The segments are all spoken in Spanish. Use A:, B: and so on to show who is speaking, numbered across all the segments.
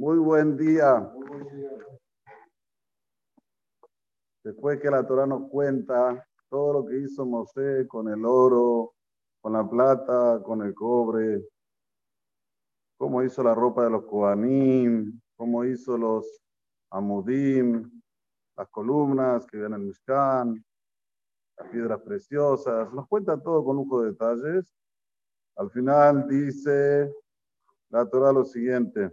A: Muy buen día. Después que la Torá nos cuenta todo lo que hizo Moshe con el oro, con la plata, con el cobre, cómo hizo la ropa de los Kohanim, cómo hizo los amudim, las columnas que ven en el Mishkan, las piedras preciosas. Nos cuenta todo con lujo de detalles. Al final dice la Torá lo siguiente.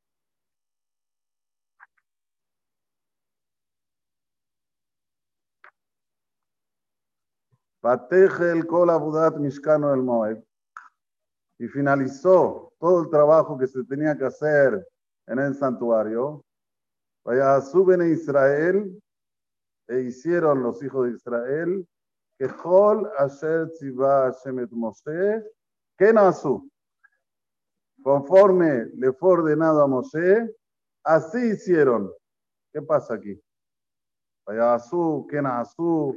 A: Batejel kol abudat mishkano el Moed. Y finalizó todo el trabajo que se tenía que hacer en el santuario. Vaya, suben a Israel e hicieron los hijos de Israel que Chol Asher Tziva Hashem et Moshe que nasu. Conforme le fue ordenado a Moshe, así hicieron. ¿Qué pasa aquí? Vaya, su, que nasu.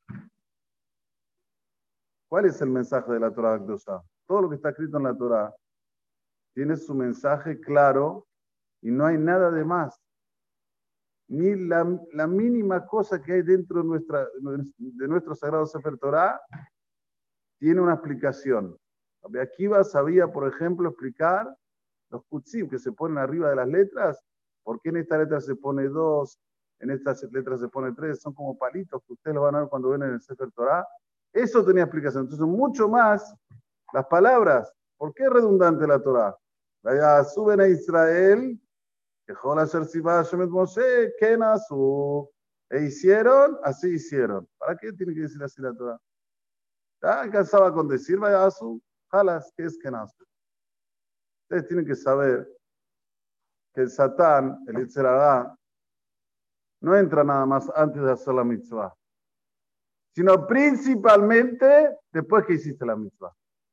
A: ¿Cuál es el mensaje de la Torah Kedoshá? Todo lo que está escrito en la Torah tiene su mensaje claro y no hay nada de más. Ni la mínima cosa que hay dentro de nuestro sagrado Sefer Torah tiene una explicación. Akiva sabía, por ejemplo, explicar los kutzim que se ponen arriba de las letras. ¿Por qué en esta letra se pone 2? En estas letras se pone 3. Son como palitos que ustedes lo van a ver cuando ven en el Sefer Torah. Eso tenía explicación. Entonces, mucho más las palabras. ¿Por qué es redundante la Torah? Vaya, suben a Israel, que Jol Asher Tziva Hashem et Moshe, que nasu. E hicieron, así hicieron. ¿Para qué tiene que decir así la Torah? Ya alcanzaba con decir, vaya, su, jalas, ¿qué es que nasu? Ustedes tienen que saber que el Satán, el Yetzer Hara, no entra nada más antes de hacer la mitzvah, sino principalmente después que hiciste la mitzvah.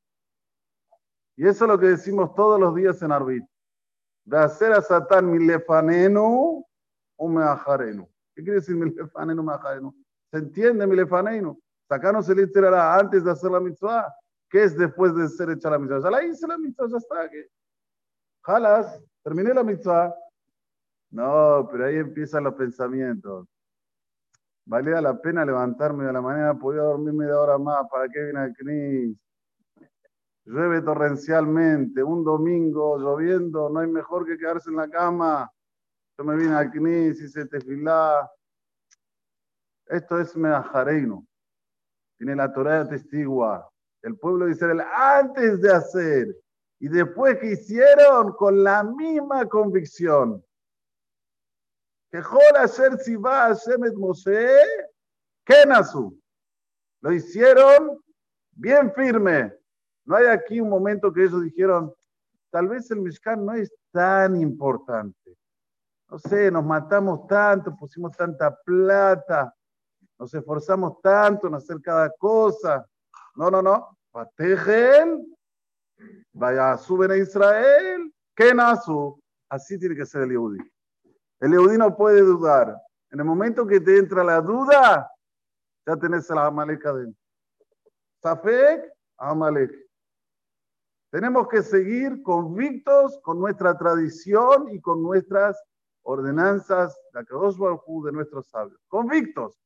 A: Y eso es lo que decimos todos los días en Arbit. De hacer a Satán milefanenu o meajarenu. ¿Qué quiere decir milefanenu o meajarenu? ¿Se entiende milefanenu? Sacarnos el Yetzer Hara antes de hacer la mitzvah. ¿Qué es después de ser hecha la mitzvah? Ya la hice la mitzvah, ya está. Jalas, terminé la mitzvah. No, pero ahí empiezan los pensamientos. Valía la pena levantarme de la mañana, podía dormir media hora más. ¿Para qué vine al CNIS? Llueve torrencialmente, un domingo lloviendo, no hay mejor que quedarse en la cama. Yo me vine al CNIS, hice tefilá. Esto es meajareino. Tiene la Torá de testigua. El pueblo de Israel antes de hacer y después que hicieron con la misma convicción. Que Jol Asher Tziva Hashem et Moshe que nasu. Lo hicieron bien firme. No hay aquí un momento que ellos dijeron, tal vez el Mishkan no es tan importante. No sé, nos matamos tanto, pusimos tanta plata, nos esforzamos tanto en hacer cada cosa. No. Patejel, vaya, suben a Israel, que nasu. Así tiene que ser el Yehudi. El Yehudi no puede dudar. En el momento que te entra la duda, ya tenés la Amalek adentro. Safek, Amalek. Tenemos que seguir convictos con nuestra tradición y con nuestras ordenanzas de Akadosh Baruj Hu, de nuestros sabios. Convictos.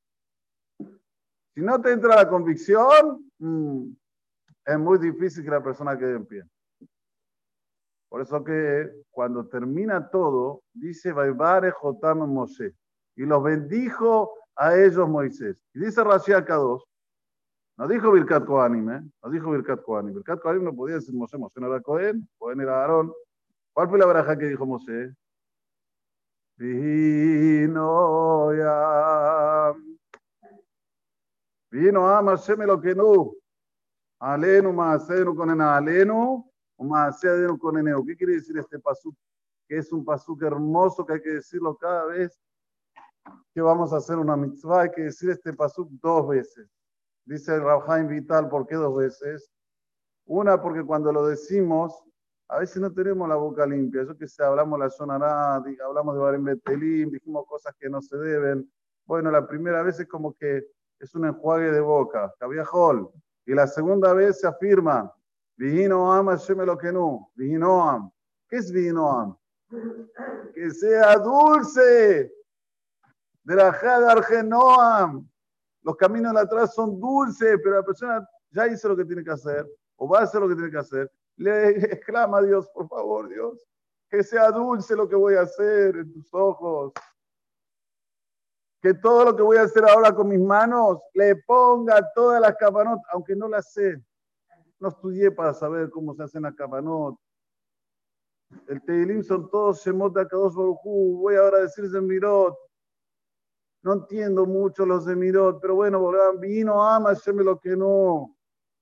A: Si no te entra la convicción, es muy difícil que la persona quede en pie. Por eso que cuando termina todo, dice Vaivare Jotam Moshe. Y los bendijo a ellos Moisés. Y dice Rashi Akadosh, no dijo Birkat Kohanim, no dijo Birkat Kohanim. Birkat Kohanim no podía decir Moshe. Moshe no era Cohen, Cohen era Aarón. ¿Cuál fue la baraja que dijo Moshe? Vino Am Hashem Elokeinu. Alenu Maasenu con Alenu, o Maaseadenu con Eneu. ¿Qué quiere decir este pasuk? Que es un pasuk hermoso que hay que decirlo cada vez que vamos a hacer una mitzvah. Hay que decir este pasuk 2 veces. Dice el Rav Chaim Vital, ¿por qué 2 veces? Una, porque cuando lo decimos, a veces no tenemos la boca limpia. Yo que sé, hablamos la Shonará, hablamos de Barim Betelim, dijimos cosas que no se deben. Bueno, la primera vez es como que es un enjuague de boca, Kaviahol. Y la segunda vez se afirma, Vihino Am Hashem Elokeinu, Vihino Am. ¿Qué es Vihino Am? Que sea dulce. De la Hadar Genoam. Los caminos de atrás son dulces, pero la persona ya hizo lo que tiene que hacer, o va a hacer lo que tiene que hacer. Le exclama a Dios, por favor, Dios, que sea dulce lo que voy a hacer en tus ojos. Que todo lo que voy a hacer ahora con mis manos le ponga todas las kavanot, aunque no las sé. No estudié para saber cómo se hacen las kavanot. El Teilim son todos Shemot de Akadosh Baruj Hu. Voy ahora a decir Zemirot. No entiendo mucho los Zemirot, pero bueno, Borán, vino, ama, me lo que no.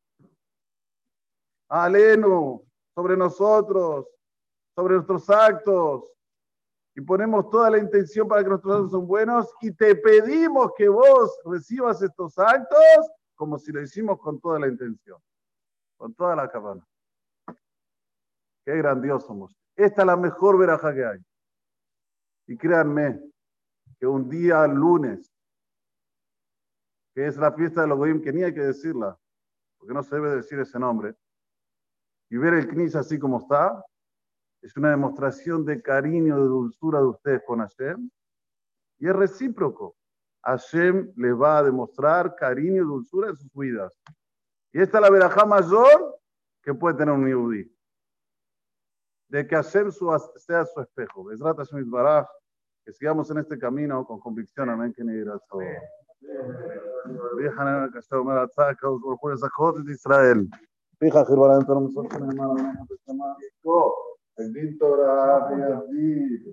A: Aleno, sobre nosotros, sobre nuestros actos. Y ponemos toda la intención para que nuestros actos son buenos y te pedimos que vos recibas estos actos como si lo hicimos con toda la intención, con toda la cabana. Qué grandiosos somos. Esta es la mejor veraja que hay. Y créanme que un día lunes, que es la fiesta de los Goyim, que ni hay que decirla, porque no se debe decir ese nombre, y ver el Knis así como está, es una demostración de cariño, de dulzura de ustedes con Hashem, y es recíproco. Hashem les va a demostrar cariño y dulzura en sus vidas. Y esta es la verajá mayor que puede tener un yudí. De que Hashem sea su espejo. Bezrat Hashem Yitbaraj, que sigamos en este camino con convicción. Amén. Que ni dirás todo. Déjame que se me ataca por esas cosas de Israel. Fija, Jehová, en todos nosotros, hermano, bendito, gracias.